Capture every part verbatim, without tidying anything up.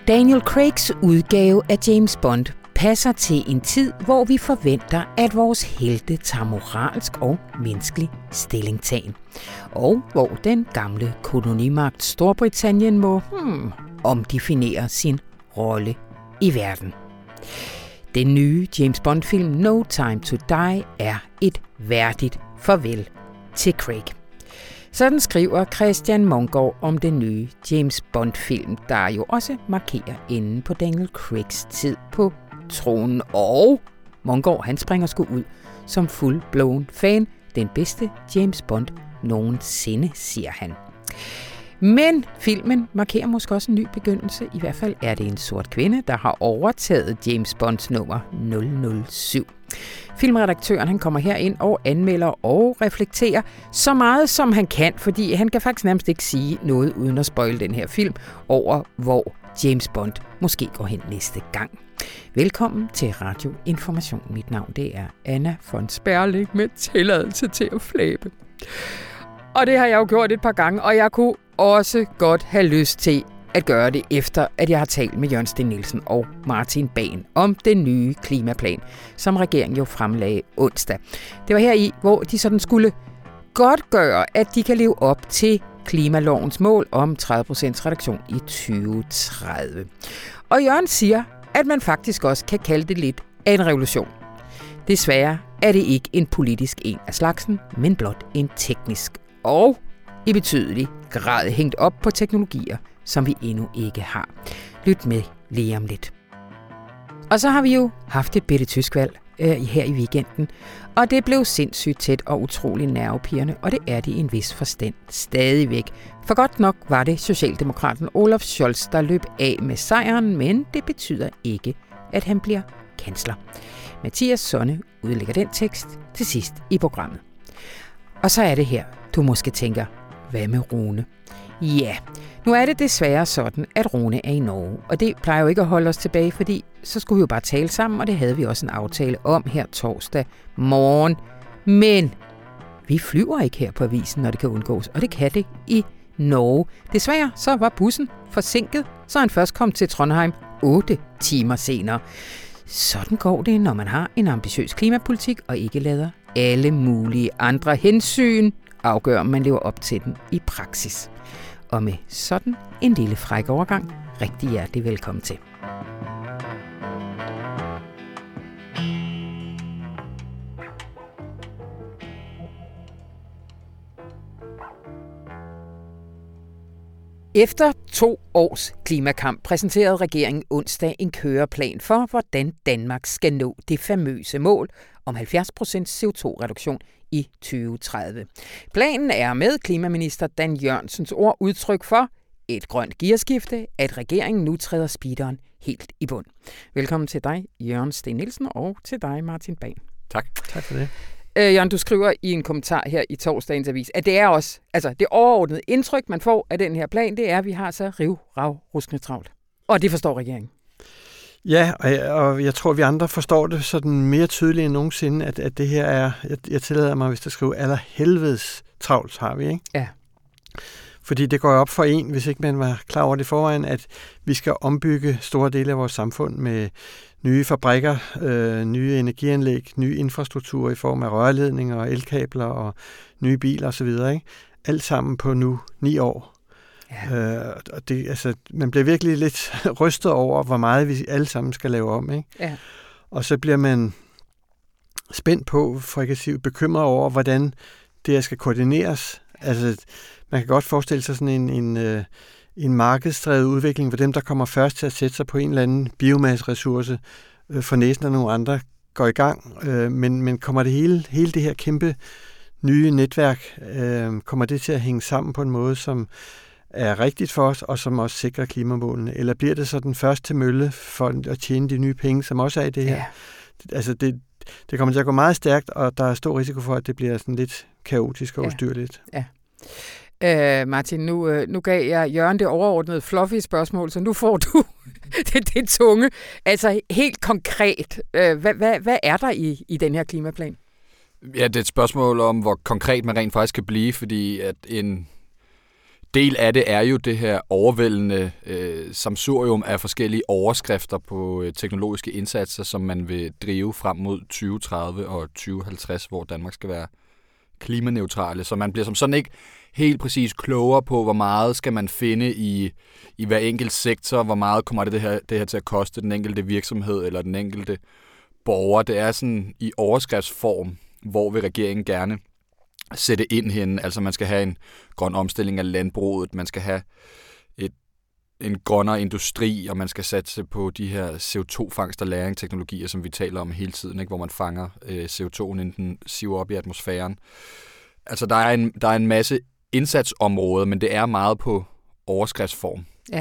Daniel Craigs udgave af James Bond passer til en tid, hvor vi forventer, at vores helte tager moralsk og menneskelig stillingtagen. Og hvor den gamle kolonimagt Storbritannien må hmm, omdefinere sin rolle i verden. Den nye James Bond-film No Time to Die er et værdigt farvel til Craig. Sådan skriver Christian Mongård om den nye James Bond-film, der jo også markerer enden på Daniel Craigs tid på tronen. Og Mongård, han springer sgu ud som full-blown fan. Den bedste James Bond nogensinde, siger han. Men filmen markerer måske også en ny begyndelse. I hvert fald er det en sort kvinde, der har overtaget James Bonds nummer nul nul syv. Filmredaktøren han kommer her ind og anmelder og reflekterer så meget, som han kan, fordi han kan faktisk nærmest ikke sige noget uden at spoile den her film over, hvor James Bond måske går hen næste gang. Velkommen til Radio Information. Mit navn det er Anna von Sperling med tilladelse til at flæbe. Og det har jeg jo gjort et par gange, og jeg kunne også godt have lyst til at gøre det, efter at jeg har talt med Jørgen Steen Nielsen og Martin Bahn om den nye klimaplan, som regeringen jo fremlagde onsdag. Det var her i, hvor de sådan skulle godtgøre, at de kan leve op til klimalovens mål om tredive procent reduktion i tyve tredive. Og Jørgen siger, at man faktisk også kan kalde det lidt af en revolution. Desværre er det ikke en politisk en af slagsen, men blot en teknisk og i betydelig grad hængt op på teknologier, som vi endnu ikke har. Lyt med lige om lidt. Og så har vi jo haft et bitte tyskvalg øh, her i weekenden, og det blev sindssygt tæt og utrolig nervepirrende, og det er det i en vis forstand stadigvæk. For godt nok var det Socialdemokraten Olaf Scholz, der løb af med sejren, men det betyder ikke, at han bliver kansler. Mathias Sonne udlægger den tekst til sidst i programmet. Og så er det her, du måske tænker, hvad med Rune? Ja, nu er det desværre sådan, at Rune er i Norge, og det plejer jo ikke at holde os tilbage, fordi så skulle vi jo bare tale sammen, og det havde vi også en aftale om her torsdag morgen. Men vi flyver ikke her på avisen, når det kan undgås, og det kan det i Norge. Desværre så var bussen forsinket, så han først kom til Trondheim otte timer senere. Sådan går det, når man har en ambitiøs klimapolitik og ikke lader alle mulige andre hensyn afgøre, om man lever op til den i praksis. Og med sådan en lille fræk overgang, rigtig hjertelig velkommen til. Efter to års klimakamp præsenterede regeringen onsdag en køreplan for, hvordan Danmark skal nå det famøse mål om halvfjerds procent C O to reduktion i tyve tredive. Planen er med klimaminister Dan Jørgensens ord udtryk for et grønt gearskifte, at regeringen nu træder speederen helt i bund. Velkommen til dig, Jørgen Steen Nielsen, og til dig, Martin Bahn. Tak. Tak for det. Øh, Jørgen, du skriver i en kommentar her i torsdagens avis, at det er også, altså det overordnede indtryk, man får af den her plan, det er, at vi har så riv, rav, ruskende travlt. Og det forstår regeringen. Ja, og jeg, og jeg tror, vi andre forstår det sådan mere tydeligt end nogensinde, at, at det her er, jeg, jeg tillader mig, hvis der skriver, allerhelvedes travlt har vi, ikke? Ja. Fordi det går op for en, hvis ikke man var klar over det forvejen, at vi skal ombygge store dele af vores samfund med nye fabrikker, øh, nye energianlæg, ny infrastruktur i form af rørledninger og elkabler og nye biler osv., ikke? Alt sammen på nu ni år. Ja. Øh, og det, altså, man bliver virkelig lidt rystet over, hvor meget vi alle sammen skal lave om, ikke? Ja. Og så bliver man spændt på, for ikke at sige bekymret over, hvordan det skal koordineres. Altså, man kan godt forestille sig sådan en, en, øh, en markedsdrevet udvikling, hvor dem, der kommer først til at sætte sig på en eller anden biomasseressource øh, for næsen af nogle andre, går i gang. Øh, men, men kommer det hele, hele det her kæmpe nye netværk, øh, kommer det til at hænge sammen på en måde, som er rigtigt for os, og som også sikrer klimamålene? Eller bliver det så den første mølle for at tjene de nye penge, som også er i det her? Ja. Altså, det, det kommer til at gå meget stærkt, og der er stor risiko for, at det bliver sådan lidt kaotisk og ustyrligt. Ja. Ja. Uh, Martin, nu, uh, nu gav jeg Jørgen det overordnede fluffy spørgsmål, så nu får du det, det tunge. Altså helt konkret, uh, hvad, hvad, hvad er der i, i den her klimaplan? Ja, det er et spørgsmål om, hvor konkret man rent faktisk kan blive, fordi at en del af det er jo det her overvældende øh, samsurium af forskellige overskrifter på øh, teknologiske indsatser, som man vil drive frem mod tyve tredive og tyve halvtreds, hvor Danmark skal være klimaneutrale. Så man bliver som sådan ikke helt præcis klogere på, hvor meget skal man finde i, i hver enkelt sektor, hvor meget kommer det, det, her, det her til at koste den enkelte virksomhed eller den enkelte borger. Det er sådan i overskriftsform, hvor vil regeringen gerne sætte ind henne. Altså man skal have en grøn omstilling af landbruget, man skal have et, en grønnere industri, og man skal satse på de her C O to fangst- og lagringsteknologier, som vi taler om hele tiden, ikke? Hvor man fanger øh, C O to, inden den siver op i atmosfæren. Altså der er en, der er en masse indsatsområder, men det er meget på overskriftsform. Ja.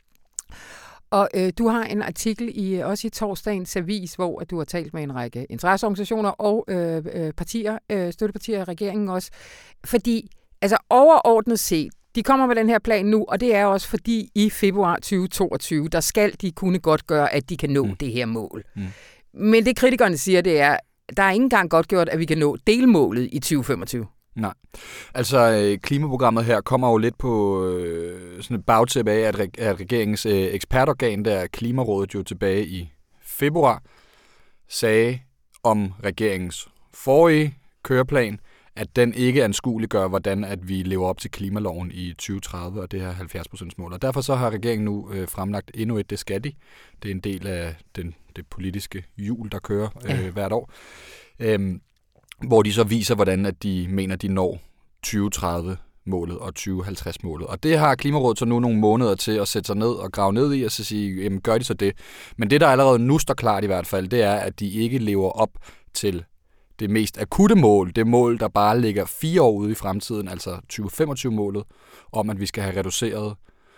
Og øh, du har en artikel i også i Torsdagens Avis, hvor du har talt med en række interesseorganisationer og øh, øh, partier, øh, støttepartier i regeringen også. Fordi, altså overordnet set, de kommer med den her plan nu, og det er også fordi i februar tyve toogtyve, der skal de kunne godt gøre, at de kan nå mm. det her mål. Mm. Men det kritikerne siger, det er, der er ikke engang godt gjort, at vi kan nå delmålet i tyve femogtyve. Nej. Altså, klimaprogrammet her kommer jo lidt på øh, sådan et bagtæppe af, at, re- at regeringens øh, ekspertorgan, der Klimarådet jo tilbage i februar, sagde om regeringens forrige køreplan, at den ikke anskueliggør, hvordan at vi lever op til klimaloven i tyve tredive og det her halvfjerds procent mål. Og derfor så har regeringen nu øh, fremlagt endnu et, det skal de. Det er en del af den, det politiske hjul, der kører øh, ja. hvert år. Øhm, hvor de så viser, hvordan at de mener, de når tyve tredive-målet og tyve halvtreds-målet. Og det har Klimarådet så nu nogle måneder til at sætte sig ned og grave ned i, og så sige, jamen gør de så det. Men det, der allerede nu står klart i hvert fald, det er, at de ikke lever op til det mest akutte mål, det mål, der bare ligger fire år ude i fremtiden, altså tyve femogtyve-målet, om at vi skal have reduceret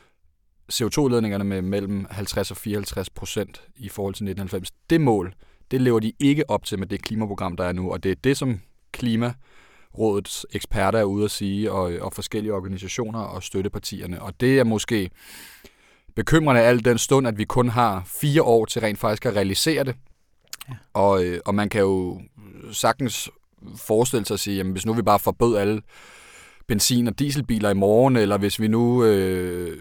C O to-udledningerne med mellem halvtreds og fireoghalvtreds procent i forhold til nitten halvfems. Det mål, det lever de ikke op til med det klimaprogram, der er nu, og det er det, som Klimarådets eksperter er ude at sige, og, og forskellige organisationer og støttepartierne. Og det er måske bekymrende al den stund, at vi kun har fire år til rent faktisk at realisere det. Ja. Og, og man kan jo sagtens forestille sig at sige, jamen hvis nu vi bare forbød alle benzin- og dieselbiler i morgen, eller hvis vi nu øh,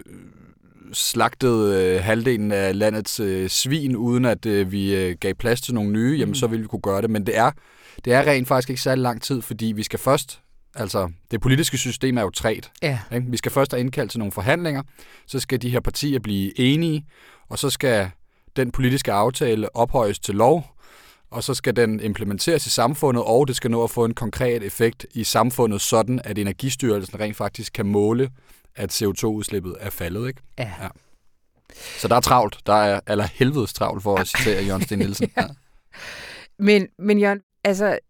slagtede øh, halvdelen af landets øh, svin, uden at øh, vi øh, gav plads til nogle nye, jamen mm. så ville vi kunne gøre det. Men det er, det er rent faktisk ikke særlig lang tid, fordi vi skal først, altså det politiske system er jo træt. Ja. Ikke? Vi skal først have indkaldt til nogle forhandlinger, så skal de her partier blive enige, og så skal den politiske aftale ophøjes til lov, og så skal den implementeres i samfundet, og det skal nå at få en konkret effekt i samfundet, sådan at Energistyrelsen rent faktisk kan måle, at C O to-udslippet er faldet, ikke? Ja. Ja. Så der er travlt. Der er eller helvedes travlt, for at citere Jørgen Steen Nielsen. Ja. Men, men Jørgen, altså,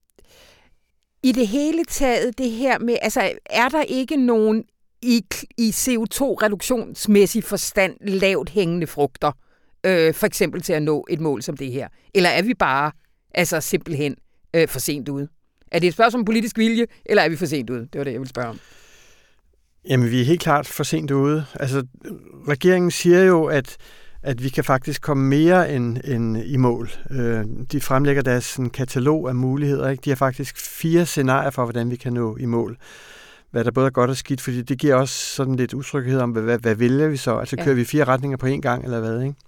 i det hele taget, det her med, altså, er der ikke nogen i, i C O to-reduktionsmæssig forstand lavt hængende frugter, øh, for eksempel til at nå et mål som det her? Eller er vi bare, altså, simpelthen øh, for sent ude? Er det et spørgsmål om politisk vilje, eller er vi for sent ude? Det var det, jeg ville spørge om. Jamen, vi er helt klart for sent ude. Altså, regeringen siger jo, at, at vi kan faktisk komme mere end, end i mål. Øh, de fremlægger deres sådan, katalog af muligheder. Ikke? De har faktisk fire scenarier for, hvordan vi kan nå i mål. Hvad der både er godt og skidt, fordi det giver også sådan lidt utryghed om, hvad, hvad, hvad vælger vi så? Altså, kører ja. vi fire retninger på én gang, eller hvad? Ikke?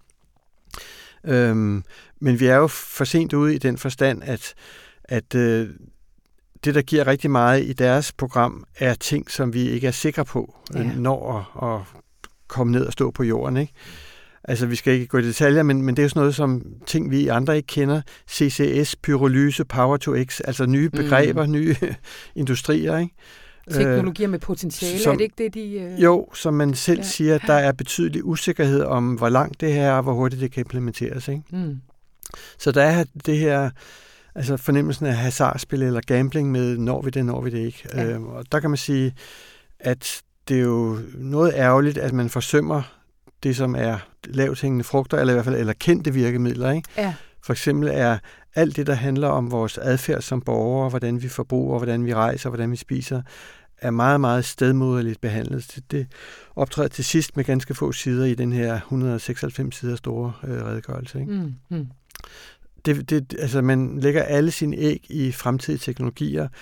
Øhm, men vi er jo for sent ude i den forstand, at, at øh, det, der giver rigtig meget i deres program, er ting, som vi ikke er sikre på, ja. når at, at komme ned og stå på jorden. Ikke? Altså, vi skal ikke gå i detaljer, men, men det er jo sådan noget, som ting, vi andre ikke kender. C C S, pyrolyse, power to x, altså nye begreber, mm. nye industrier. Ikke? Teknologier med potentiale, som, er det ikke det, de... Øh... Jo, som man selv ja. siger, der er betydelig usikkerhed om, hvor langt det her er, og hvor hurtigt det kan implementeres. Ikke? Mm. Så der er det her... Altså fornemmelsen af hasardspil eller gambling med, når vi det, når vi det ikke. Ja. Øh, og der kan man sige, at det er jo noget ærgerligt, at man forsømmer det, som er lavt hængende frugter, eller i hvert fald eller kendte virkemidler. Ikke? Ja. For eksempel er alt det, der handler om vores adfærd som borgere, hvordan vi forbruger, hvordan vi rejser, hvordan vi spiser, er meget, meget stedmoderligt behandlet. Det optræder til sidst med ganske få sider i den her et hundrede og seksoghalvfems sider store øh, redegørelse. Ikke? Mm, mm. Det, det, altså man lægger alle sine æg i fremtidige teknologier,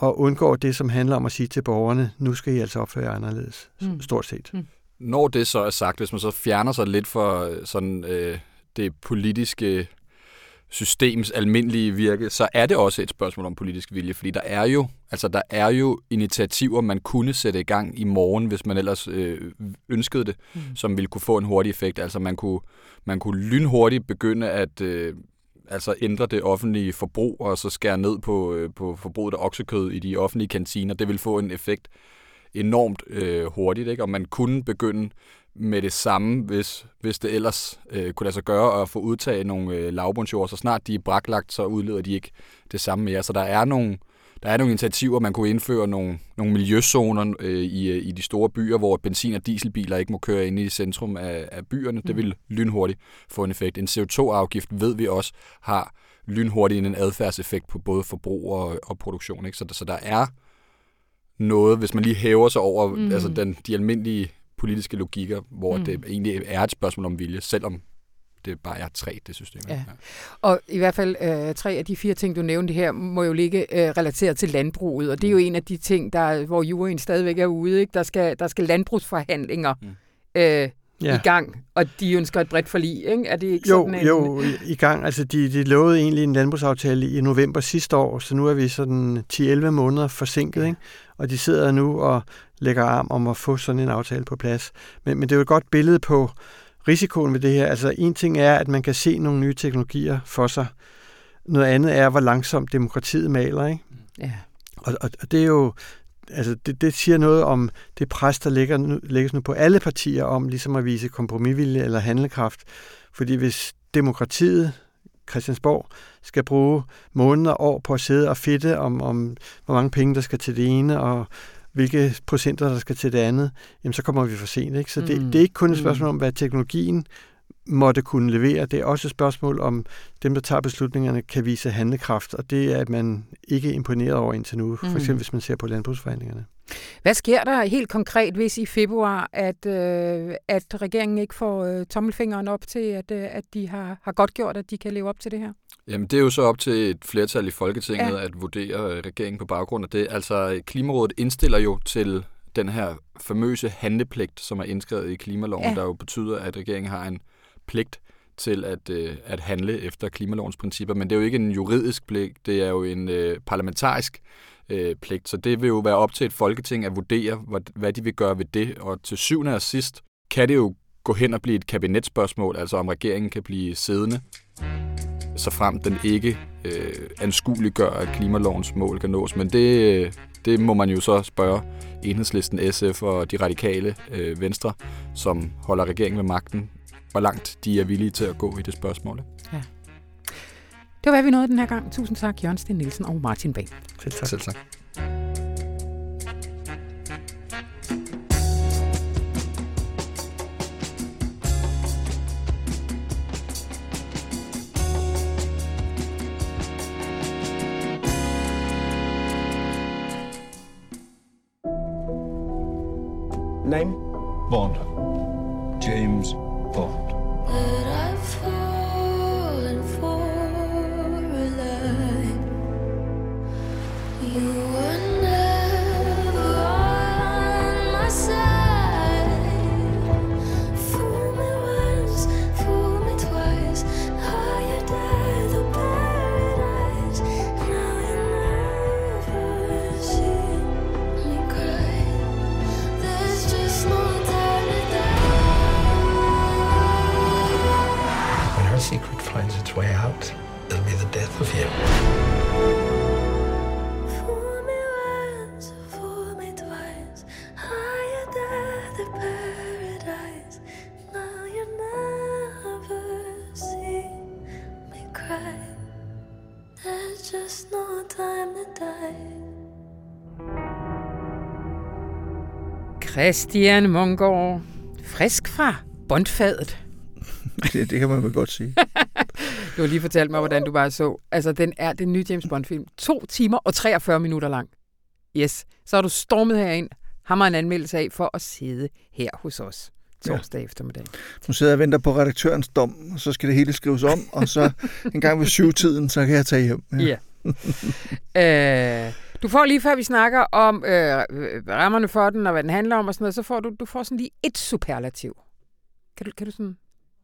og undgår det, som handler om at sige til borgerne, nu skal I altså opføre jer anderledes, mm. stort set. Mm. Når det så er sagt, hvis man så fjerner sig lidt for sådan, øh, det politiske systems almindelige virke, så er det også et spørgsmål om politisk vilje, fordi der er jo, altså der er jo initiativer, man kunne sætte i gang i morgen, hvis man ellers øh, ønskede det, mm. som ville kunne få en hurtig effekt. Altså man kunne, man kunne lynhurtigt begynde at øh, altså ændre det offentlige forbrug, og så skære ned på, øh, på forbruget af oksekød i de offentlige kantiner. Det vil få en effekt enormt øh, hurtigt, ikke? Og man kunne begynde med det samme, hvis, hvis det ellers øh, kunne lade sig gøre at få udtaget nogle øh, lavbundsjord. Så snart de er braklagt, så udleder de ikke det samme mere. Så der er nogle, der er nogle initiativer, man kunne indføre nogle, nogle miljøzoner øh, i, i de store byer, hvor benzin- og dieselbiler ikke må køre ind i centrum af, af byerne. Det vil lynhurtigt få en effekt. En C O to afgift ved vi også har lynhurtigt en adfærdseffekt på både forbrug og, og produktion. Ikke? Så, så der er noget, hvis man lige hæver sig over mm. altså den, de almindelige politiske logikker, hvor mm. det egentlig er et spørgsmål om vilje, selvom det bare er tre, det system. Ja. Ja. Og i hvert fald øh, tre af de fire ting, du nævnte her, må jo ligge øh, relateret til landbruget, og det er jo en af de ting, der, hvor juryen stadigvæk er ude. Ikke? Der, skal, der skal landbrugsforhandlinger mm. øh, ja. i gang, og de ønsker et bredt forlig. Ikke? Er det ikke jo, sådan en... Jo, i, i gang. Altså, de, de lovede egentlig en landbrugsaftale i november sidste år, så nu er vi sådan ti til elleve måneder forsinket, ja. Ikke? Og de sidder nu og lægger arm om at få sådan en aftale på plads. Men, men det er jo et godt billede på risikoen ved det her. Altså en ting er, at man kan se nogle nye teknologier for sig. Noget andet er, hvor langsomt demokratiet maler, ikke? Ja. Og, og, og det er jo, altså det, det siger noget om det pres, der ligger nu, lægges nu på alle partier om ligesom at vise kompromisvilje eller handlekraft. Fordi hvis demokratiet, Christiansborg, skal bruge måneder og år på at sidde og fedte om, om hvor mange penge, der skal til det ene, og hvilke procenter, der skal til det andet, jamen så kommer vi for sent. Ikke? Så det, mm. det er ikke kun et spørgsmål om, hvad teknologien måtte kunne levere. Det er også et spørgsmål om, dem, der tager beslutningerne, kan vise handlekraft, og det er, at man ikke er imponeret over indtil nu, for eksempel hvis man ser på landbrugsforhandlingerne. Hvad sker der helt konkret, hvis i februar, at, øh, at regeringen ikke får øh, tommelfingeren op til, at, øh, at de har, har godt gjort, at de kan leve op til det her? Jamen, det er jo så op til et flertal i Folketinget ja. at vurdere regeringen på baggrund af det. Altså, Klimarådet indstiller jo til den her famøse handlepligt, som er indskrevet i klimaloven, ja. der jo betyder, at regeringen har en pligt til at, øh, at handle efter klimalovens principper. Men det er jo ikke en juridisk pligt, det er jo en øh, parlamentarisk øh, pligt. Så det vil jo være op til et folketing at vurdere, hvad, hvad de vil gøre ved det. Og til syvende og sidst kan det jo gå hen og blive et kabinetsspørgsmål, altså om regeringen kan blive siddende, så frem den ikke øh, anskueliggør, at klimalovens mål kan nås. Men det, det må man jo så spørge Enhedslisten, S F og de radikale øh, venstre, som holder regeringen ved magten, hvor langt de er villige til at gå i det spørgsmål. Ja. Det var, hvad vi nåede den her gang. Tusind tak, Jørgen Steen Nielsen og Martin Bag. Selv tak. Selv tak. Name? Bond. James Bond. But I've fallen for a lie. You were never on my side. Fool me once, fool me twice. Higher death or paradise. Now you never see me cry. There's just no time to die. When her secret finds its way out, it'll be the death of you. Fool me once, fool me twice. Higher death or paradise. Now you never see me cry. There's just no time to die. Christian Mongård, frisk fra båndfadet. det, det kan man vel godt sige. Du har lige fortalt mig, hvordan du bare så. Altså, den er den nye James Bond-film. To timer og treogfyrre minutter lang. Yes. Så har du stormet herind, har man en anmeldelse af for at sidde her hos os torsdag ja. eftermiddag. Nu sidder jeg og venter på redaktørens dom, og så skal det hele skrives om, og så en gang ved syvtiden, så kan jeg tage hjem. Ja. ja. øh, Du får lige før vi snakker om øh, rammerne for den, og hvad den handler om og sådan noget, så får du, du får sådan lige et superlativ. Kan du, kan du sådan...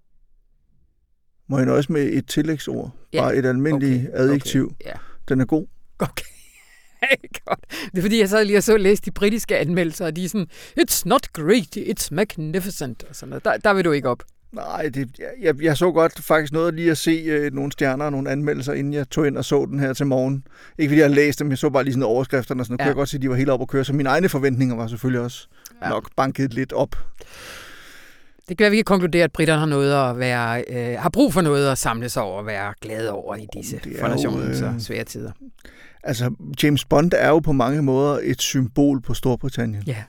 Må jeg nøjes med et tillægsord? Ja. Bare et almindeligt Okay. adjektiv. Okay. Ja. Den er god. Okay. Godt. Det er fordi, jeg sad lige og så læste de britiske anmeldelser, og de er sådan, it's not great, it's magnificent, og sådan noget. Der, der vil du ikke op. Nej, det, jeg, jeg så godt faktisk noget lige at se øh, nogle stjerner og nogle anmeldelser, inden jeg tog ind og så den her til morgen. Ikke fordi jeg læste dem, jeg så bare lige sådan overskrifterne, og sådan noget. Ja. Kunne jeg godt se, at de var helt op at køre, så mine egne forventninger var selvfølgelig også ja. nok banket lidt op. Det kan være, vi kan konkludere, at britterne har noget at være, øh, har brug for noget at samle sig over og være glade over i disse for nationens øh, svære tider. Altså, James Bond er jo på mange måder et symbol på Storbritannien. Ja.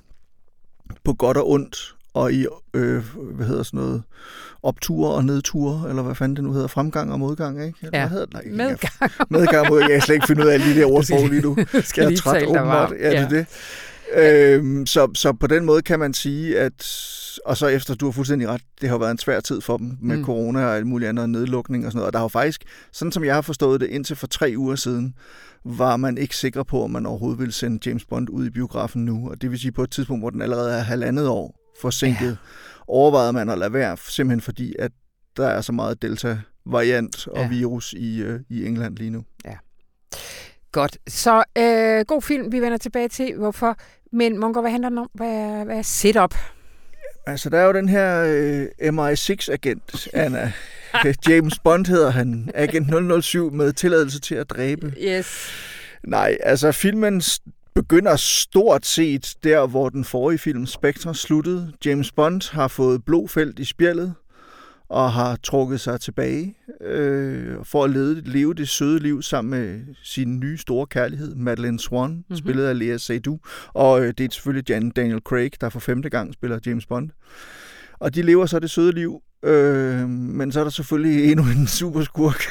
På godt og ondt, og i, øh, hvad hedder sådan noget, opture og nedture, eller hvad fanden det nu hedder, fremgang og modgang, ikke? Eller ja, hvad hedder det? Nej, medgang. Jeg, medgang og modgang. Jeg kan slet ikke finde ud af alle de der ordsprog lige nu. Skal jeg er træt, åbenbart. Ja, det er det. Øhm, så, så på den måde kan man sige, at og så efter, du har fuldstændig ret, det har været en svær tid for dem med mm. corona og alt muligt andet, nedlukning og sådan noget. Og der har jo faktisk, sådan som jeg har forstået det, indtil for tre uger siden, var man ikke sikker på, om man overhovedet ville sende James Bond ud i biografen nu. Og det vil sige på et tidspunkt, hvor den allerede er halvandet år forsinket, ja. overvejede man at lade være, simpelthen fordi, at der er så meget delta-variant og ja. virus i, øh, i England lige nu. Ja. Godt. Så øh, god film, vi vender tilbage til. Hvorfor? Men Munker, hvad handler den om? Hvad er, hvad er setup? Altså, der er jo den her øh, M I seks-agent, Anna. James Bond hedder han. Agent nul nul syv med tilladelse til at dræbe. Yes. Nej, altså filmen begynder stort set der, hvor den forrige film Spectre sluttede. James Bond har fået blodfelt i spjældet og har trukket sig tilbage øh, for at leve, leve det søde liv sammen med sin nye store kærlighed, Madeleine Swann, mm-hmm. spillet af Lea Seydoux. Og øh, det er selvfølgelig Daniel Craig, der for femte gang spiller James Bond. Og de lever så det søde liv, øh, men så er der selvfølgelig endnu en superskurk,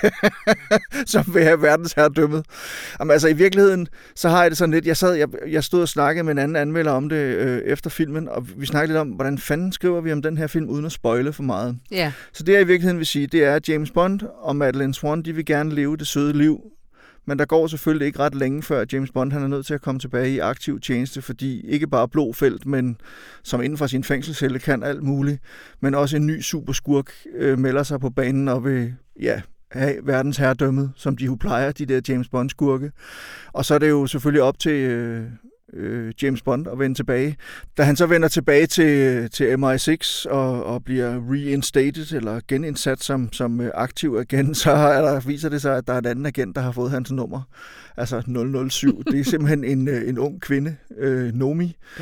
som vil have verdensherredømmet. Jamen, altså i virkeligheden, så har jeg det sådan lidt, jeg, sad, jeg, jeg stod og snakkede med en anden anmelder om det øh, efter filmen, og vi snakkede lidt om, hvordan fanden skriver vi om den her film, uden at spoile for meget. Yeah. Så det jeg i virkeligheden vil sige, det er, at James Bond og Madeleine Swann, de vil gerne leve det søde liv, men der går selvfølgelig ikke ret længe før James Bond han er nødt til at komme tilbage i aktiv tjeneste, fordi ikke bare blodfelt, men som inden for sin fængselscelle kan alt muligt, men også en ny superskurk øh, melder sig på banen og vil ja, have verdensherredømmet, som de jo plejer, de der James Bond-skurke. Og så er det jo selvfølgelig op til øh, øh, James Bond at vende tilbage. Da han så vender tilbage til, til M I seks og, og bliver reinstated eller genindsat som, som aktiv agent, så er der, viser det sig, at der er en anden agent, der har fået hans nummer. Altså nul nul syv. Det er simpelthen en, en ung kvinde, øh, Nomi, ja.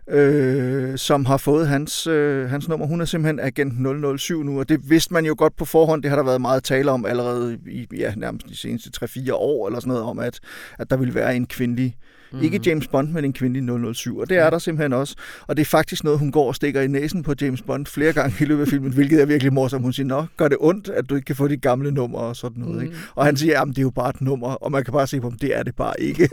Øh, som har fået hans, øh, hans nummer. Hun er simpelthen agent nul nul syv nu, og det vidste man jo godt på forhånd. Det har der været meget tale om allerede i ja, nærmest de seneste tre fire år, eller sådan noget, om at, at der ville være en kvindelig, mm-hmm. ikke James Bond, men en kvindelig nul nul syv, og det er der simpelthen også. Og det er faktisk noget, hun går og stikker i næsen på James Bond flere gange i løbet af filmen, hvilket er virkelig morsomt. Hun siger, nå, gør det ondt, at du ikke kan få de gamle numre og sådan noget. Mm-hmm. Ikke? Og han siger, jamen det er jo bare et nummer, og man kan bare se på dem, det er det bare ikke.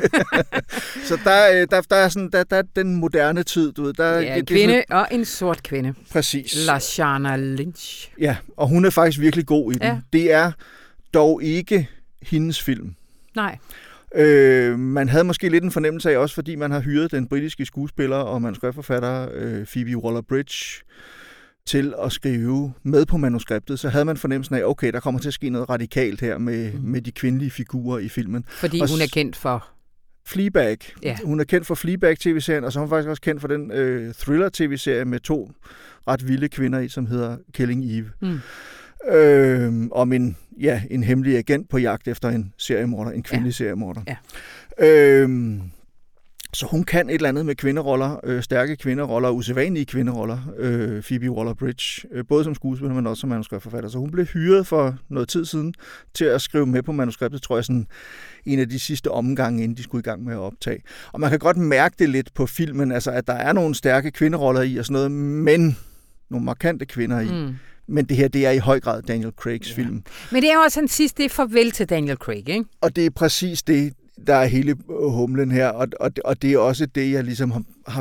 Så der, der, der, er sådan, der, der er den moderne tid, du ved. Der, ja, en det, kvinde det og en sort kvinde. Præcis. Lashana Lynch. Ja, og hun er faktisk virkelig god i den. Ja. Det er dog ikke hendes film. Nej. Øh, man havde måske lidt en fornemmelse af, også fordi man har hyret den britiske skuespiller og manuskriptforfatter øh, Phoebe Waller-Bridge til at skrive med på manuskriptet, så havde man fornemmelsen af, okay, der kommer til at ske noget radikalt her med, mm. med de kvindelige figurer i filmen. Fordi og hun er kendt for... Fleabag. Ja. Hun er kendt for Fleabag-tv-serien, og så er hun faktisk også kendt for den øh, thriller-tv-serie med to ret vilde kvinder i, som hedder Killing Eve. Mm. Øh, om en, ja, en hemmelig agent på jagt efter en seriemorder, en kvindelig ja. seriemorder. Ja. Øh, så hun kan et eller andet med kvinderoller, øh, stærke kvinderoller, usædvanlige kvinderoller, øh, Phoebe Waller-Bridge, øh, både som skuespiller, men også som manuskriptforfatter. Så hun blev hyret for noget tid siden til at skrive med på manuskriptet, tror jeg, sådan en af de sidste omgange, inden de skulle i gang med at optage. Og man kan godt mærke det lidt på filmen, altså at der er nogle stærke kvinderoller i og sådan noget, men nogle markante kvinder i. Mm. Men det her, det er i høj grad Daniel Craigs ja. film. Men det er også hans sidste farvel til Daniel Craig, ikke? Og det er præcis det, der er hele humlen her, og, og, og det er også det, jeg ligesom har, har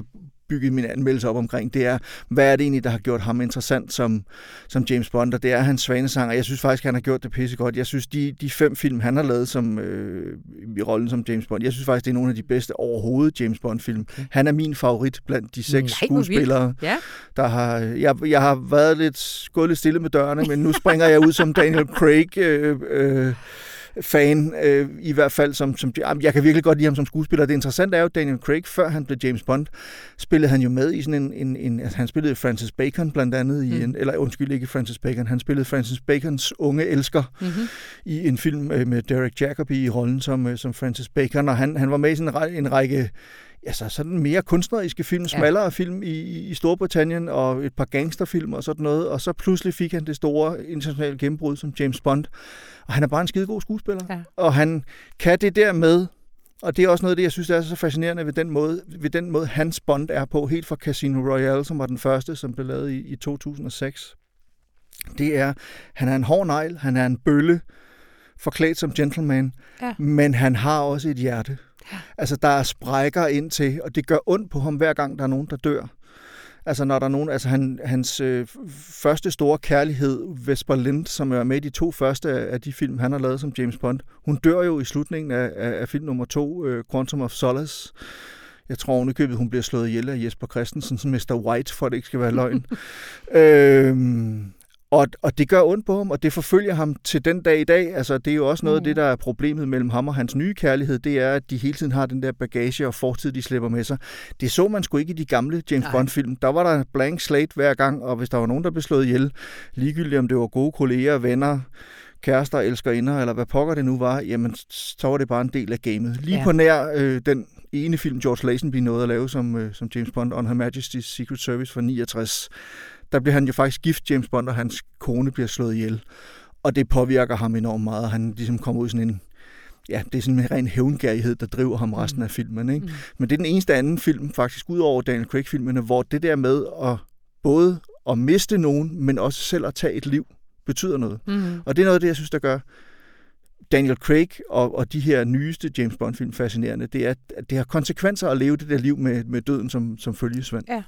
bygget min anmeldelse op omkring, det er, hvad er det egentlig, der har gjort ham interessant som, som James Bond, og det er hans svanesang, og jeg synes faktisk, han har gjort det pissegodt. Jeg synes, de, de fem film, han har lavet som, øh, i rollen som James Bond, jeg synes faktisk, det er nogle af de bedste overhovedet James Bond-film. Okay. Han er min favorit blandt de seks Nej, skuespillere, ja. der har... Jeg, jeg har været lidt, gået lidt stille med dørene, men nu springer jeg ud som Daniel Craig... Øh, øh, fan, øh, i hvert fald som, som... Jeg kan virkelig godt lide ham som skuespiller. Det interessante er jo, Daniel Craig, før han blev James Bond, spillede han jo med i sådan en... en, en altså han spillede Francis Bacon blandt andet i mm. en... Eller undskyld, ikke Francis Bacon. Han spillede Francis Bacons unge elsker mm-hmm. i en film øh, med Derek Jacobi i rollen som, øh, som Francis Bacon, og han, han var med i sådan en, en række... Altså sådan mere kunstneriske film, smallere ja. film i, i Storbritannien, og et par gangsterfilm og sådan noget, og så pludselig fik han det store internationale gennembrud som James Bond, og han er bare en skidegod skuespiller, ja. og han kan det der med, og det er også noget af det, jeg synes, der er så fascinerende ved den måde, ved den måde hans Bond er på, helt fra Casino Royale, som var den første, som blev lavet i, i to tusind og seks. Det er, han er en hård negl, han er en bølle, forklædt som gentleman, ja. men han har også et hjerte. Altså, der er sprækker ind til, og det gør ondt på ham, hver gang der er nogen, der dør. Altså, når der er nogen, altså han, hans øh, første store kærlighed, Vesper Lind, som er med i de to første af de film, han har lavet som James Bond, hun dør jo i slutningen af, af, af film nummer to, øh, Quantum of Solace. Jeg tror ovenikøbet, hun bliver slået ihjel af Jesper Christensen, som mister White, for at det ikke skal være løgn. øhm, Og, og det gør ondt på ham, og det forfølger ham til den dag i dag. Altså, det er jo også noget af det, der er problemet mellem ham og hans nye kærlighed. Det er, at de hele tiden har den der bagage og fortid, de slæber med sig. Det så man sgu ikke i de gamle James Bond-film. Der var der blank slate hver gang, og hvis der var nogen, der blev slået ihjel, ligegyldigt om det var gode kolleger, venner, kærester, elskerinder, eller hvad pokker det nu var, jamen, så var det bare en del af gamet. Lige ja. på nær øh, den ene film, George Lazenby nåede at lave som, øh, som James Bond, On Her Majesty's Secret Service fra niogtres. Der bliver han jo faktisk gift, James Bond, og hans kone bliver slået ihjel. Og det påvirker ham enormt meget. Han ligesom kommer ud i sådan en... Ja, det er sådan en ren hævngærighed, der driver ham resten af filmen. Ikke? Mm. Men det er den eneste anden film, faktisk, ud over Daniel Craig-filmene, hvor det der med at både at miste nogen, men også selv at tage et liv, betyder noget. Mm. Og det er noget af det, jeg synes, der gør Daniel Craig og, og de her nyeste James Bond-film fascinerende. Det er, at det har konsekvenser at leve det der liv med, med døden som, som følgesvend. Ja.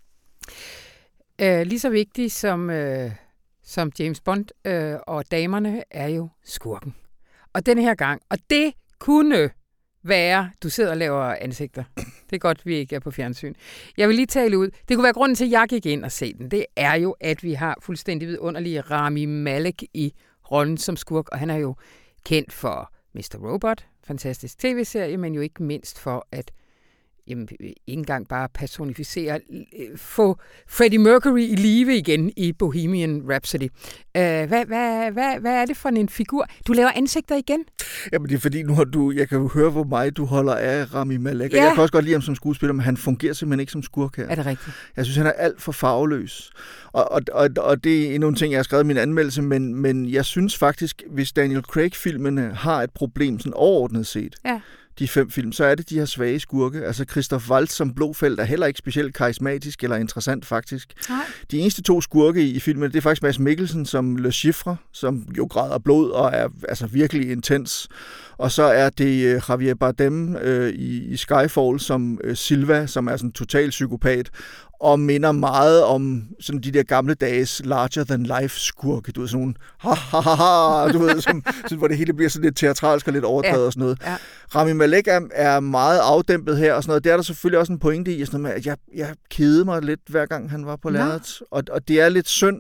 Uh, lige så vigtigt som, uh, som James Bond uh, og damerne er jo skurken. Og den her gang, og det kunne være, du sidder og laver ansigter. Det er godt, vi ikke er på fjernsyn. Jeg vil lige tale ud. Det kunne være grunden til, at jeg gik ind og se den. Det er jo, at vi har fuldstændig vidunderlige Rami Malek i rollen som skurk, og han er jo kendt for mister Robot, fantastisk tv-serie, men jo ikke mindst for at jamen, ikke engang bare personificere, få Freddie Mercury i live igen i Bohemian Rhapsody. Uh, hvad, hvad, hvad, hvad er det for en figur? Du laver ansigter igen? Jamen det er fordi, nu har du, jeg kan jo høre, hvor meget du holder af Rami Malek. Ja. Jeg kan også godt lide ham som skuespiller, men han fungerer simpelthen ikke som skurk her. Er det rigtigt? Jeg synes, han er alt for farveløs. Og, og, og, og det er endnu en ting, jeg har skrevet i min anmeldelse, men, men jeg synes faktisk, hvis Daniel Craig-filmene har et problem sådan overordnet set, ja. de fem film, så er det de her svage skurke. Altså Christoph Waltz som Blofeld er heller ikke specielt karismatisk eller interessant faktisk. Nej. De eneste to skurke i, i filmen, det er faktisk Mads Mikkelsen som Le Chiffre, som jo græder blod og er altså virkelig intens. Og så er det uh, Javier Bardem uh, i, i Skyfall som uh, Silva, som er sådan en total psykopat, og minder meget om sådan de der gamle dages larger-than-life-skurke. Du ved, sådan nogle ha-ha-ha-ha, du ved, som, sådan, hvor det hele bliver sådan lidt teatralsk og lidt overdrevet ja. og sådan noget. Ja. Rami Malek er, er meget afdæmpet her og sådan noget. Det er der selvfølgelig også en pointe i, sådan noget med, at jeg, jeg kedede mig lidt, hver gang han var på lærredet. Og, og det er lidt synd.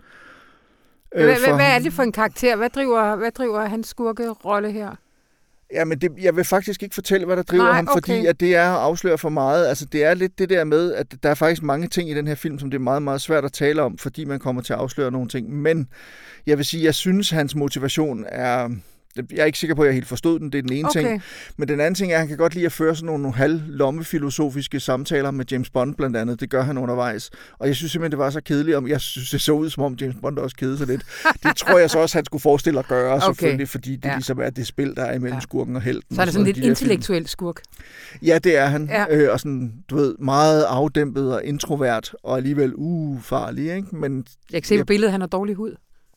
Øh, hvad, for... hvad er det for en karakter? Hvad driver, hvad driver hans skurkerolle her? Ja, men det, jeg vil faktisk ikke fortælle, hvad der driver Nej, ham, okay. fordi at det er at afsløre for meget. Altså, det er lidt det der med, at der er faktisk mange ting i den her film, som det er meget, meget svært at tale om, fordi man kommer til at afsløre nogle ting. Men jeg vil sige, jeg synes, hans motivation er... Jeg er ikke sikker på, at jeg helt forstod den. Det er den ene okay. ting. Men den anden ting er, at han kan godt lide at føre sådan nogle, nogle halvlommefilosofiske samtaler med James Bond blandt andet. Det gør han undervejs. Og jeg synes simpelthen, det var så kedeligt. Om jeg synes, det så ud, som om James Bond også kedede sig lidt. Det tror jeg så også, han skulle forestille at gøre, okay. selvfølgelig, fordi det ja. ligesom er det spil, der er imellem ja. skurken og helten. Så er det sådan lidt intellektuel skurk? Ja, det er han. Ja. Øh, og sådan, du ved, meget afdæmpet og introvert, og alligevel ufarlig, ikke? Men jeg kan se på billedet, han har dårlig hud.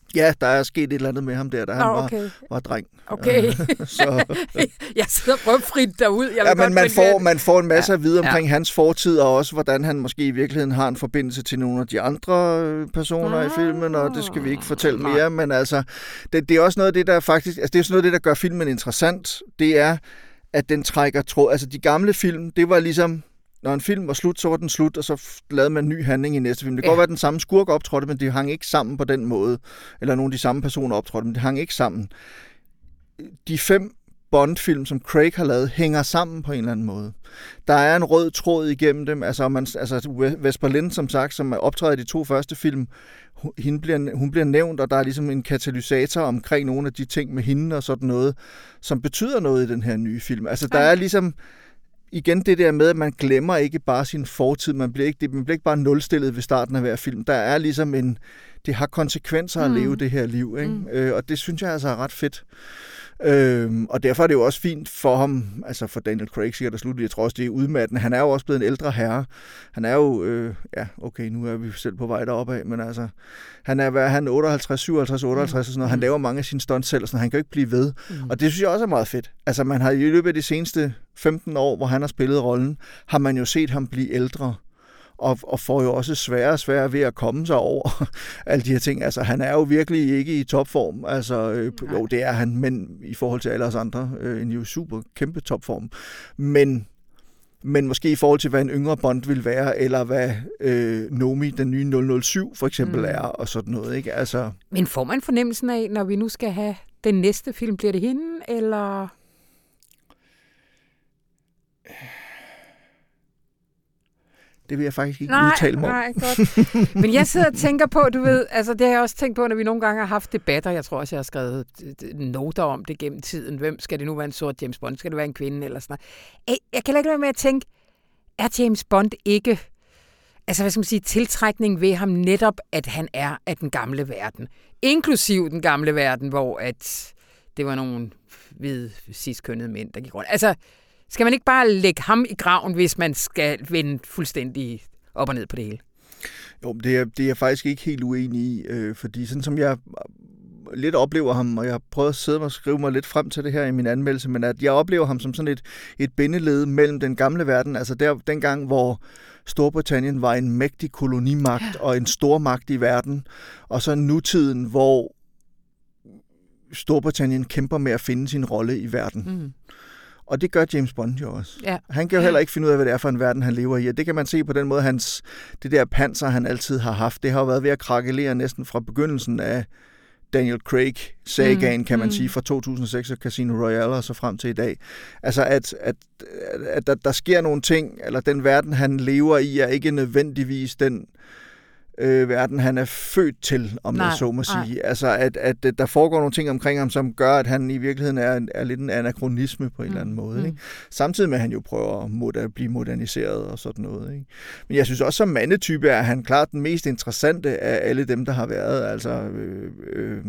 Ja, der er sket et eller andet med ham der, da han oh, okay. var, var dreng. Okay. så. Jeg sidder og prøver at frit derud. Jeg ja, men man får, man får en masse ja. at vide omkring ja. hans fortid, og også hvordan han måske i virkeligheden har en forbindelse til nogle af de andre personer ah. i filmen, og det skal vi ikke fortælle mere. Nej. Men altså, det, det er også noget af det, der faktisk, altså det er sådan noget af det, der gør filmen interessant. Det er, at den trækker tråd. Altså de gamle film, det var ligesom, når en film var slut, så var den slut, og så lavede man en ny handling i næste film. Det kan ja. godt være, at den samme skurk optrådte, men det hang ikke sammen på den måde. Eller nogle af de samme personer optrådte, men det hang ikke sammen. De fem Bond-film, som Craig har lavet, hænger sammen på en eller anden måde. Der er en rød tråd igennem dem. Altså, man, altså Vesper Lynd, som sagt, som optræder i de to første film, hun bliver, hun bliver nævnt, og der er ligesom en katalysator omkring nogle af de ting med hende og sådan noget, som betyder noget i den her nye film. Altså, der er ligesom igen det der med, at man glemmer ikke bare sin fortid. Man bliver ikke, man bliver ikke bare nulstillet ved starten af hver film. Der er ligesom en, det har konsekvenser at leve mm. det her liv, ikke? Mm. Øh, og det synes jeg altså er ret fedt. Øhm, og derfor er det jo også fint for ham, altså for Daniel Craig sikkert at slutte, jeg tror også det er udmattende. Han er jo også blevet en ældre herre. Han er jo, øh, ja okay, nu er vi selv på vej deroppe af, men altså, han er, hvad er han, otteoghalvtreds, syvoghalvtreds, otteoghalvtreds og sådan noget. Han laver mange af sine stunts selv, så han kan jo ikke blive ved. Mm. Og det synes jeg også er meget fedt. Altså man har i løbet af de seneste femten år, hvor han har spillet rollen, har man jo set ham blive ældre. Og, og får jo også sværere og sværere ved at komme sig over alle de her ting. Altså, han er jo virkelig ikke i topform. Altså, øh, jo, det er han, men i forhold til alle os andre, øh, en jo super kæmpe topform. Men, men måske i forhold til, hvad en yngre Bond vil være, eller hvad øh, Nomi, den nye nul nul syv for eksempel, mm. er, og sådan noget, ikke? Altså. Men får man fornemmelsen af, når vi nu skal have den næste film, bliver det hende, eller? Det vil jeg faktisk ikke nej, udtale mig om. Nej, godt. Men jeg sidder og tænker på, du ved, altså det har jeg også tænkt på, når vi nogle gange har haft debatter. Jeg tror også, jeg har skrevet noter om det gennem tiden. Hvem skal det nu være, en sort James Bond? Skal det være en kvinde eller sådan noget? Jeg kan ikke være med at tænke, er James Bond ikke, altså hvad skal man sige, tiltrækning ved ham netop, at han er af den gamle verden. Inklusiv den gamle verden, hvor at det var nogle hvide, cis-kønnede mænd, der gik rundt. Altså, skal man ikke bare lægge ham i graven, hvis man skal vende fuldstændig op og ned på det hele? Jo, det er, det er jeg faktisk ikke helt uenig i, øh, fordi sådan som jeg lidt oplever ham, og jeg har prøvet at sidde og skrive mig lidt frem til det her i min anmeldelse, men at jeg oplever ham som sådan et, et bindeled mellem den gamle verden, altså der, dengang, hvor Storbritannien var en mægtig kolonimagt ja. og en stormagt i verden, og så nutiden, hvor Storbritannien kæmper med at finde sin rolle i verden. Mm. Og det gør James Bond jo også. Ja. Han kan jo heller ikke finde ud af, hvad det er for en verden, han lever i. Og det kan man se på den måde, hans, det der panser, han altid har haft, det har jo været ved at krakelere næsten fra begyndelsen af Daniel Craig-sagaen, mm. kan man mm. sige, fra to tusind og seks og Casino Royale og så frem til i dag. Altså, at, at, at der, der sker nogle ting, eller den verden, han lever i, er ikke nødvendigvis den øh, verden, han er født til, om nej, jeg så må sige. Nej. Altså, at, at der foregår nogle ting omkring ham, som gør, at han i virkeligheden er, er lidt en anachronisme på en mm. eller anden måde. Ikke? Samtidig med, at han jo prøver at moder, blive moderniseret og sådan noget. Ikke? Men jeg synes også, som mandetype er han klart den mest interessante af alle dem, der har været. Altså, øh, øh,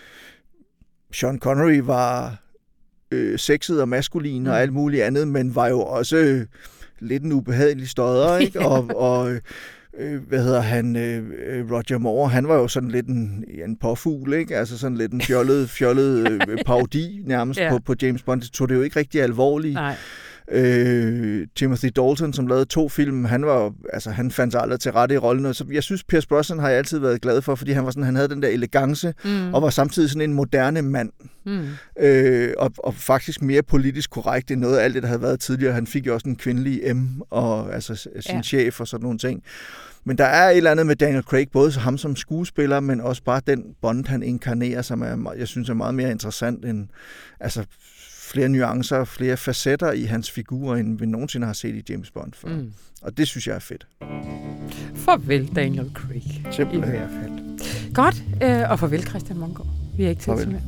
Sean Connery var øh, sexet og maskulin og alt muligt andet, men var jo også øh, lidt en ubehagelig stodder, ikke? og, og øh, hvad hedder han, øh, Roger Moore, han var jo sådan lidt en, en påfugl, ikke? Altså sådan lidt en fjollet, fjollet øh, parodi nærmest ja. på, på James Bond. Det tog det jo ikke rigtig alvorligt. Nej. Øh, Timothy Dalton, som lavede to film, han var altså han fandt sig aldrig til rette i rollen, og så jeg synes Pierce Brosnan har jeg altid været glad for, fordi han var sådan, han havde den der elegance mm. og var samtidig sådan en moderne mand. Mm. Øh, og, og faktisk mere politisk korrekt end noget af alt det, der havde været tidligere. Han fik jo også en kvindelig M og altså sin ja. chef og sådan nogle ting. Men der er et eller andet med Daniel Craig, både ham som skuespiller, men også bare den Bond, han inkarnerer, som er, jeg synes er meget mere interessant end altså flere nuancer, flere facetter i hans figur, end vi nogensinde har set i James Bond før. Mm. Og det synes jeg er fedt. Farvel, Daniel Craig. Simpelthen. I hvert fald. Godt, øh, og farvel, Christian Mongård. Vi er ikke til mere.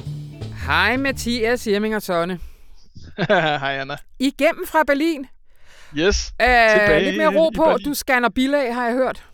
Hej Mathias Jemming og Sonne. Hej Anna. Igennem fra Berlin. Yes. Æh, lidt mere ro på. Du scanner bilag, har jeg hørt.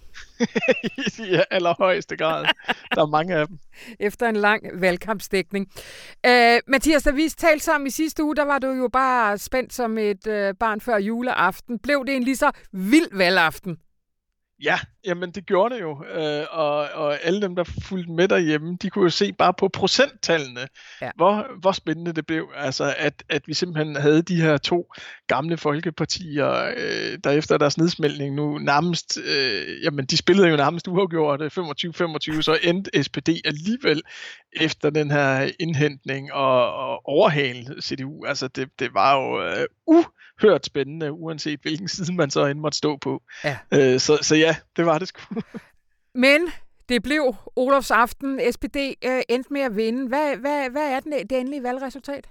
I allerhøjeste grad. Der er mange af dem. Efter en lang valgkampsdækning. Æh, Mathias, da vi talte sammen i sidste uge, der var du jo bare spændt som et øh, barn før juleaften. Blev det en lige så vild valgaften? Ja, jamen det gjorde det jo, øh, og, og alle dem, der fulgte med derhjemme, de kunne jo se bare på procenttallene, ja. hvor, hvor spændende det blev. Altså, at, at vi simpelthen havde de her to gamle folkepartier, øh, der efter deres nedsmeltning nu nærmest, øh, jamen de spillede jo nærmest uafgjort femogtyve femogtyve, så endte S P D alligevel efter den her indhentning og, og overhale C D U. Altså det, det var jo øh, uh, hørt spændende, uanset hvilken side man så end måtte stå på. Ja. Øh, så, så ja, det var det sgu. Men det blev Olofs aften. S P D øh, endte med at vinde. Hvad, hvad, hvad er den, det endelige valgresultat?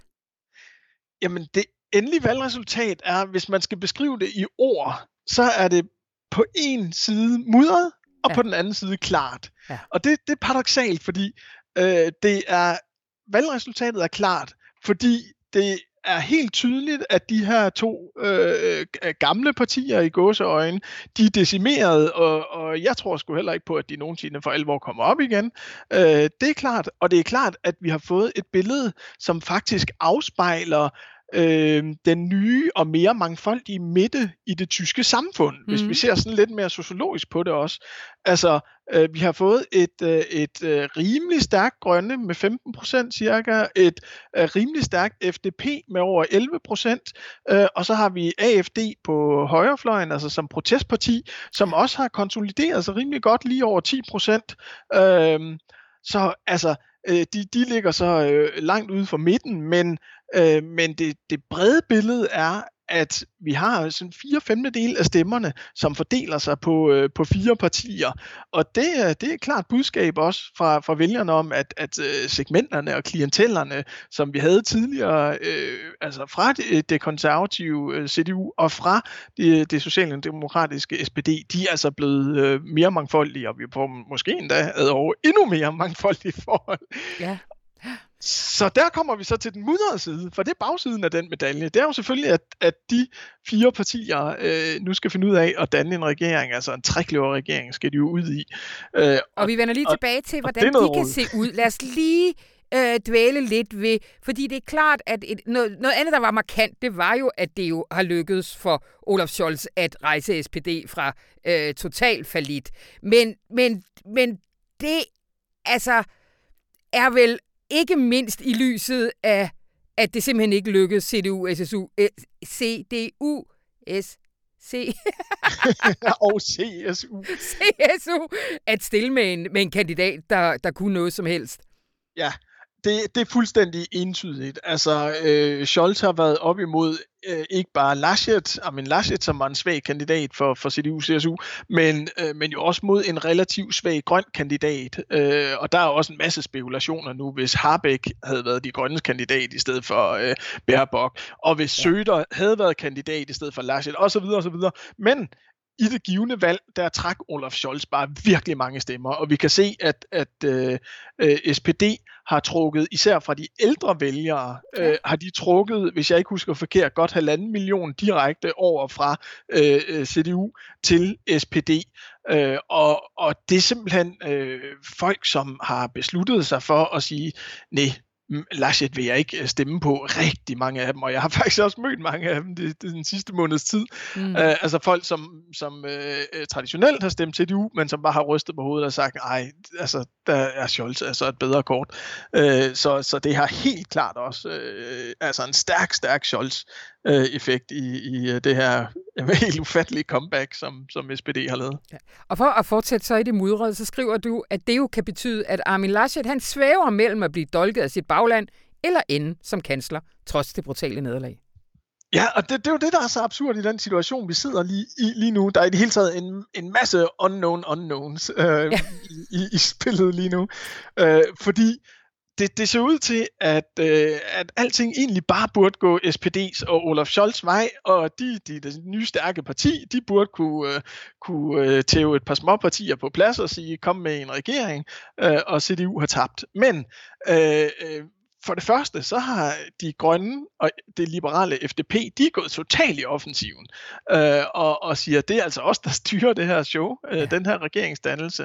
Jamen, det endelige valgresultat er, hvis man skal beskrive det i ord, så er det på en side mudret, og ja. på den anden side klart. Ja. Og det, det er paradoksalt, fordi øh, det er valgresultatet er klart, fordi det er helt tydeligt, at de her to øh, gamle partier i gåseøjne, de er decimeret, og, og jeg tror sgu heller ikke på, at de nogensinde for alvor kommer op igen. Øh, det er klart, og det er klart, at vi har fået et billede, som faktisk afspejler øh, den nye og mere mangfoldige midte i det tyske samfund, mm. hvis vi ser sådan lidt mere sociologisk på det også. Altså, øh, vi har fået et, øh, et øh, rimelig stærkt grønne med femten procent cirka, et øh, rimelig stærkt F D P med over elleve procent, øh, og så har vi A F D på højrefløjen, altså som protestparti, som også har konsolideret sig rimelig godt, lige over ti procent. Øh, så altså, øh, de, de ligger så øh, langt ude for midten, men Øh, men det, det brede billede er, at vi har sådan fire femtedele af stemmerne, som fordeler sig på, øh, på fire partier. Og det, det er et klart budskab også fra, fra vælgerne om, at, at segmenterne og klientellerne, som vi havde tidligere, øh, altså fra det, det konservative C D U og fra det, det socialdemokratiske S P D, de er altså blevet øh, mere mangfoldige, og vi får måske endda over endnu mere mangfoldige forhold. Ja. Så der kommer vi så til den mudrede side, for det er bagsiden af den medalje. Det er jo selvfølgelig, at, at de fire partier øh, nu skal finde ud af at danne en regering, altså en trekløverregering skal de jo ud i. Øh, og, og vi vender lige og, tilbage til, hvordan de kan se ud. Lad os lige øh, dvæle lidt ved, fordi det er klart, at et, noget, noget andet, der var markant, det var jo, at det jo har lykkedes for Olaf Scholz at rejse S P D fra øh, total fallit. Men, men, men det altså er vel ikke mindst i lyset af, at det simpelthen ikke lykkedes C D U, S S U, C D U, S, C og C S U. C S U, at stille med en, med en kandidat, der, der kunne noget som helst. Ja, det, det er fuldstændig entydigt. Altså, øh, Scholz har været op imod øh, ikke bare Laschet, men Laschet, som var en svag kandidat for, for C D U, C S U, men, øh, men jo også mod en relativt svag grøn kandidat. Øh, og der er også en masse spekulationer nu, hvis Habeck havde været de grønnes kandidat i stedet for øh, Baerbock, og hvis ja. Söder havde været kandidat i stedet for Laschet, osv. osv. Men i det givne valg, der trak Olaf Scholz bare virkelig mange stemmer, og vi kan se, at, at øh, øh, S P D har trukket, især fra de ældre vælgere, øh, har de trukket, hvis jeg ikke husker forkert, godt halvanden million direkte over fra øh, C D U til S P D. Øh, og, og det er simpelthen øh, folk, som har besluttet sig for at sige, nej, Laschet vil jeg ikke stemme på, rigtig mange af dem, og jeg har faktisk også mødt mange af dem det, det den sidste måneds tid. Mm. Uh, altså folk, som, som uh, traditionelt har stemt C D U, men som bare har rystet på hovedet og sagt, ej, altså, der er Scholz altså et bedre kort. Uh, så, så det har helt klart også uh, altså en stærk, stærk Scholz-effekt uh, i, i uh, det her helt ufattelige comeback, som, som S P D har lavet. Ja. Og for at fortsætte så i det mudrede, så skriver du, at det jo kan betyde, at Armin Laschet, han svæver mellem at blive dolket af sit bagland, eller ende som kansler, trods det brutale nederlag. Ja, og det, det er jo det, der er så absurd i den situation, vi sidder lige i lige nu. Der er i det hele taget en, en masse unknown unknowns øh, ja. i, i spillet lige nu. Øh, fordi det, det ser ud til, at, øh, at alting egentlig bare burde gå S P D's og Olaf Scholz vej, og de, de, de nye stærke parti, de burde kunne, øh, kunne øh, tæve et par små partier på plads og sige, kom med en regering, øh, og C D U har tabt. Men øh, øh, for det første, så har de grønne og det liberale F D P, de er gået totalt i offensiven, øh, og, og siger, det er altså os, der styrer det her show, øh, ja. den her regeringsdannelse.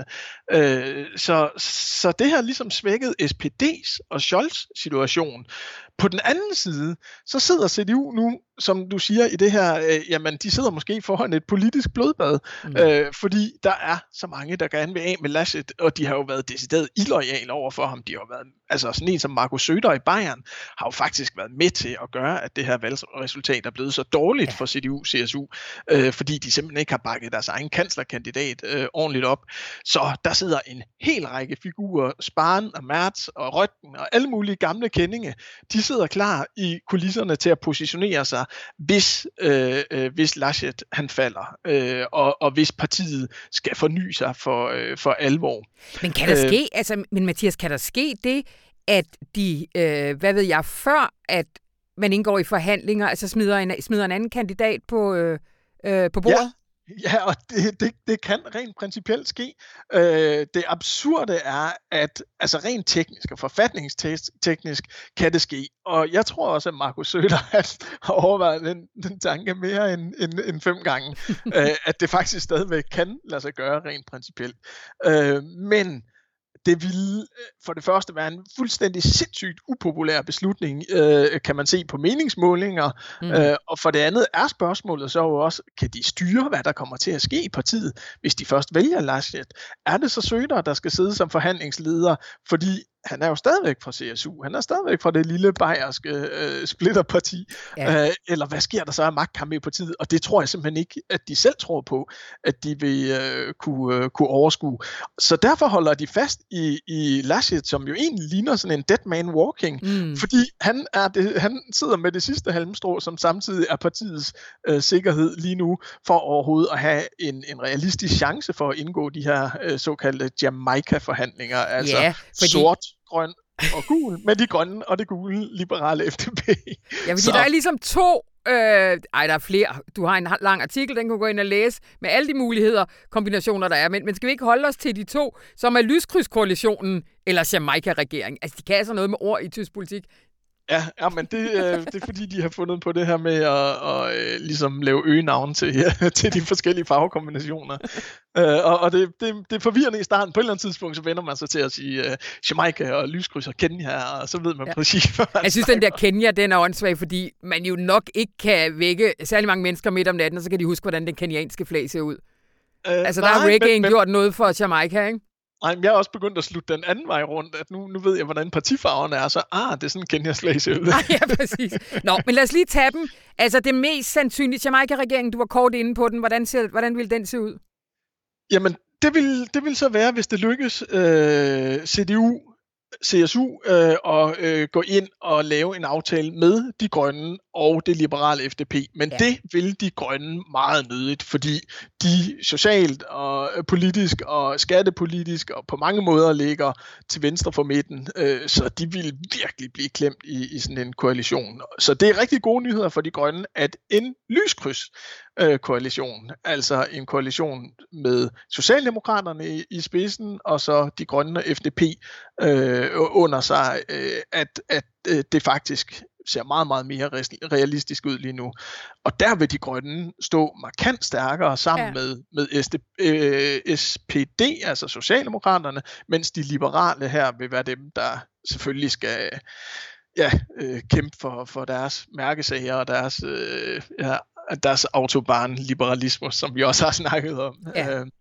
Øh, så, så det har ligesom svækket S P D's og Scholz situation. På den anden side, så sidder C D U nu, som du siger i det her, øh, jamen de sidder måske foran et politisk blodbad, mm. øh, fordi der er så mange, der gerne vil af med Laschet, og de har jo været decideret illoyale over for ham. De har jo været, altså sådan en som Markus Söder i Bayern, har jo faktisk været med til at gøre, at det her valgresultat er blevet så dårligt ja. for C D U, C S U, øh, fordi de simpelthen ikke har bakket deres egen kanslerkandidat øh, ordentligt op. Så der sidder en hel række figurer, Spahn og Merz og Røttgen og alle mulige gamle kendinge, de sidder klar i kulisserne til at positionere sig, hvis, øh, øh, hvis Laschet han falder, øh, og, og hvis partiet skal forny sig for, øh, for alvor. Men kan der øh, ske, altså, men Mathias, kan der ske det, at de, øh, hvad ved jeg, før at man indgår i forhandlinger, altså smider en, smider en anden kandidat på, øh, øh, på bordet? Ja. Ja, og det, det, det kan rent principielt ske. Øh, det absurde er, at altså rent teknisk og forfatningsteknisk kan det ske. Og jeg tror også, at Markus Söder har overvejet den, den tanke mere end, end, end fem gange, øh, at det faktisk stadigvæk kan lade sig gøre rent principielt. Øh, men det ville for det første være en fuldstændig sindssygt upopulær beslutning, øh, kan man se på meningsmålinger. Mm. Øh, og for det andet er spørgsmålet så jo også, kan de styre, hvad der kommer til at ske i partiet, hvis de først vælger Laschet? Er det så Söder, der skal sidde som forhandlingsleder? Fordi han er jo stadigvæk fra C S U. Han er stadigvæk fra det lille bayerske øh, splitterparti. Ja. Øh, eller hvad sker der så af magtkamp i partiet? Og det tror jeg simpelthen ikke, at de selv tror på, at de vil øh, kunne, øh, kunne overskue. Så derfor holder de fast i, i Laschet, som jo egentlig ligner sådan en dead man walking. Mm. Fordi han, er det, han sidder med det sidste halmstrå, som samtidig er partiets øh, sikkerhed lige nu, for overhovedet at have en, en realistisk chance for at indgå de her øh, såkaldte Jamaica-forhandlinger. Altså yeah, fordi... sort, grøn og gul, med de grønne og det gule liberale F D P. Ja, fordi så. Der er ligesom to, øh, ej der er flere, du har en lang artikel, den kan du gå ind og læse, med alle de muligheder, kombinationer der er, men, men skal vi ikke holde os til de to, som er lyskryds-koalitionen eller Jamaica-regeringen? Altså de kan altså noget med ord i tysk politik. Ja, ja, men det, øh, det er fordi, de har fundet på det her med at og, øh, ligesom lave øgenavn til, ja, til de forskellige farvekombinationer. øh, og og det, det, det er forvirrende i starten. På et eller andet tidspunkt, så vender man sig til at sige øh, Jamaica og lyskryds og Kenya, og så ved man ja. præcis, hvad man Jeg synes, den der Kenya, den er åndssvag, fordi man jo nok ikke kan vække særlig mange mennesker midt om natten, og så kan de huske, hvordan den kenyanske flag ser ud. Øh, altså, nej, der har reggae men, gjort noget for Jamaica, ikke? Nej, men jeg har også begyndt at slutte den anden vej rundt, at nu, nu ved jeg, hvordan partifarverne er, så ah, det er sådan Kenyas flag ser ud. Ja, præcis. Nå, men lad os lige tage dem. Altså, det mest sandsynlige Jamaica-regeringen, du var kort inde på den, hvordan, ser, hvordan ville den se ud? Jamen, det vil, det vil så være, hvis det lykkes øh, C D U, C S U øh, og øh, gå ind og lave en aftale med de grønne og det liberale F D P. Men ja. det vil de grønne meget nødigt, fordi de socialt og politisk og skattepolitisk og på mange måder ligger til venstre for midten, øh, så de vil virkelig blive klemt i, i sådan en koalition. Så det er rigtig gode nyheder for de grønne, at en lyskryds øh, koalition, altså en koalition med Socialdemokraterne i, i spidsen, og så de grønne F D P øh, under sig, øh, at, at øh, det faktisk ser meget, meget mere realistisk ud lige nu. Og der vil de grønne stå markant stærkere sammen ja. med, med S D, øh, S P D, altså Socialdemokraterne, mens de liberale her vil være dem, der selvfølgelig skal ja, øh, kæmpe for, for deres mærkesager og deres, øh, ja, deres autobahn-liberalismus, som vi også har snakket om. Ja. Øh,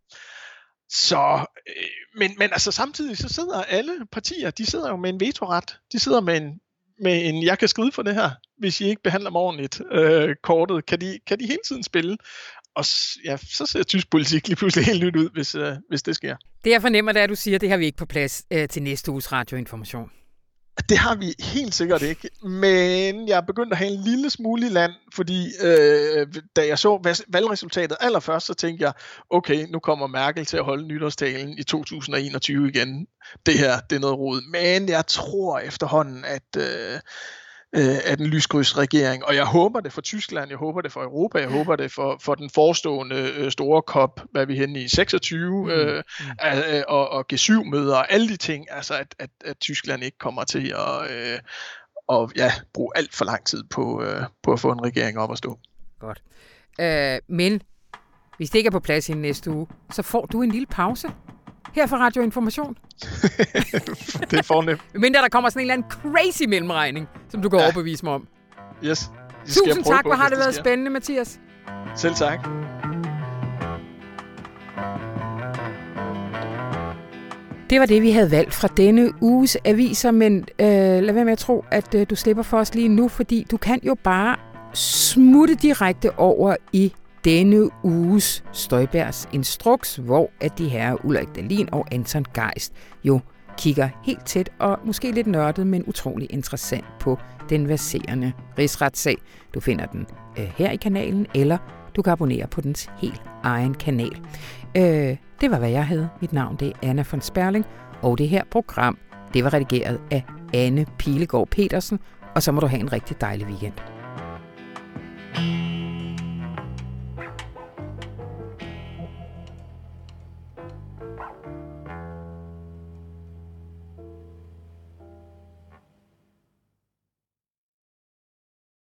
så, øh, men, men altså samtidig så sidder alle partier, de sidder jo med en vetoret. De sidder med en med en, jeg kan skride for det her, hvis I ikke behandler mig ordentligt, øh, kortet, kan de, kan de hele tiden spille. Og ja, så ser tysk politik lige pludselig helt nyt ud, hvis, øh, hvis det sker. Det jeg fornemmer, det er, at du siger, at det har vi ikke på plads øh, til næste uges radioinformation. Det har vi helt sikkert ikke, men jeg er begyndt at have en lille smule i land, fordi øh, da jeg så valgresultatet allerførst, så tænkte jeg, okay, nu kommer Merkel til at holde nytårstalen i to tusind og enogtyve igen. Det her, det er noget rod. Men jeg tror efterhånden, at, øh, øh, af den lyskrydsregering. Og jeg håber det for Tyskland, jeg håber det for Europa, jeg håber det for, for den forestående øh, store COP, hvad vi henne i seksogtyve, øh, mm. øh, og, og G syv møder og alle de ting, altså at, at, at Tyskland ikke kommer til at øh, og, ja, bruge alt for lang tid på, øh, på at få en regering op at stå. Godt. Øh, men hvis det ikke er på plads i næste uge, så får du en lille pause her fra Radio Information. Det er fornemt. Mindre der kommer sådan en eller anden crazy mellemregning, som du kan ja. overbevise mig om. Yes. Tusind tak, hvor har det været spændende, Mathias. Selv tak. Det var det, vi havde valgt fra denne uges aviser, men øh, lad være med at tro, at øh, du slipper for os lige nu, fordi du kan jo bare smutte direkte over i denne uges Støjbergs instruks, hvor at de her Ulrik Dahlin og Anton Geist jo kigger helt tæt og måske lidt nørdet, men utrolig interessant på den verserende rigsretssag. Du finder den øh, her i kanalen, eller du kan abonnere på dens helt egen kanal. Øh, det var, hvad jeg havde. Mit navn det er Anna von Sperling, og det her program, det var redigeret af Anne Pilegaard Petersen, og så må du have en rigtig dejlig weekend.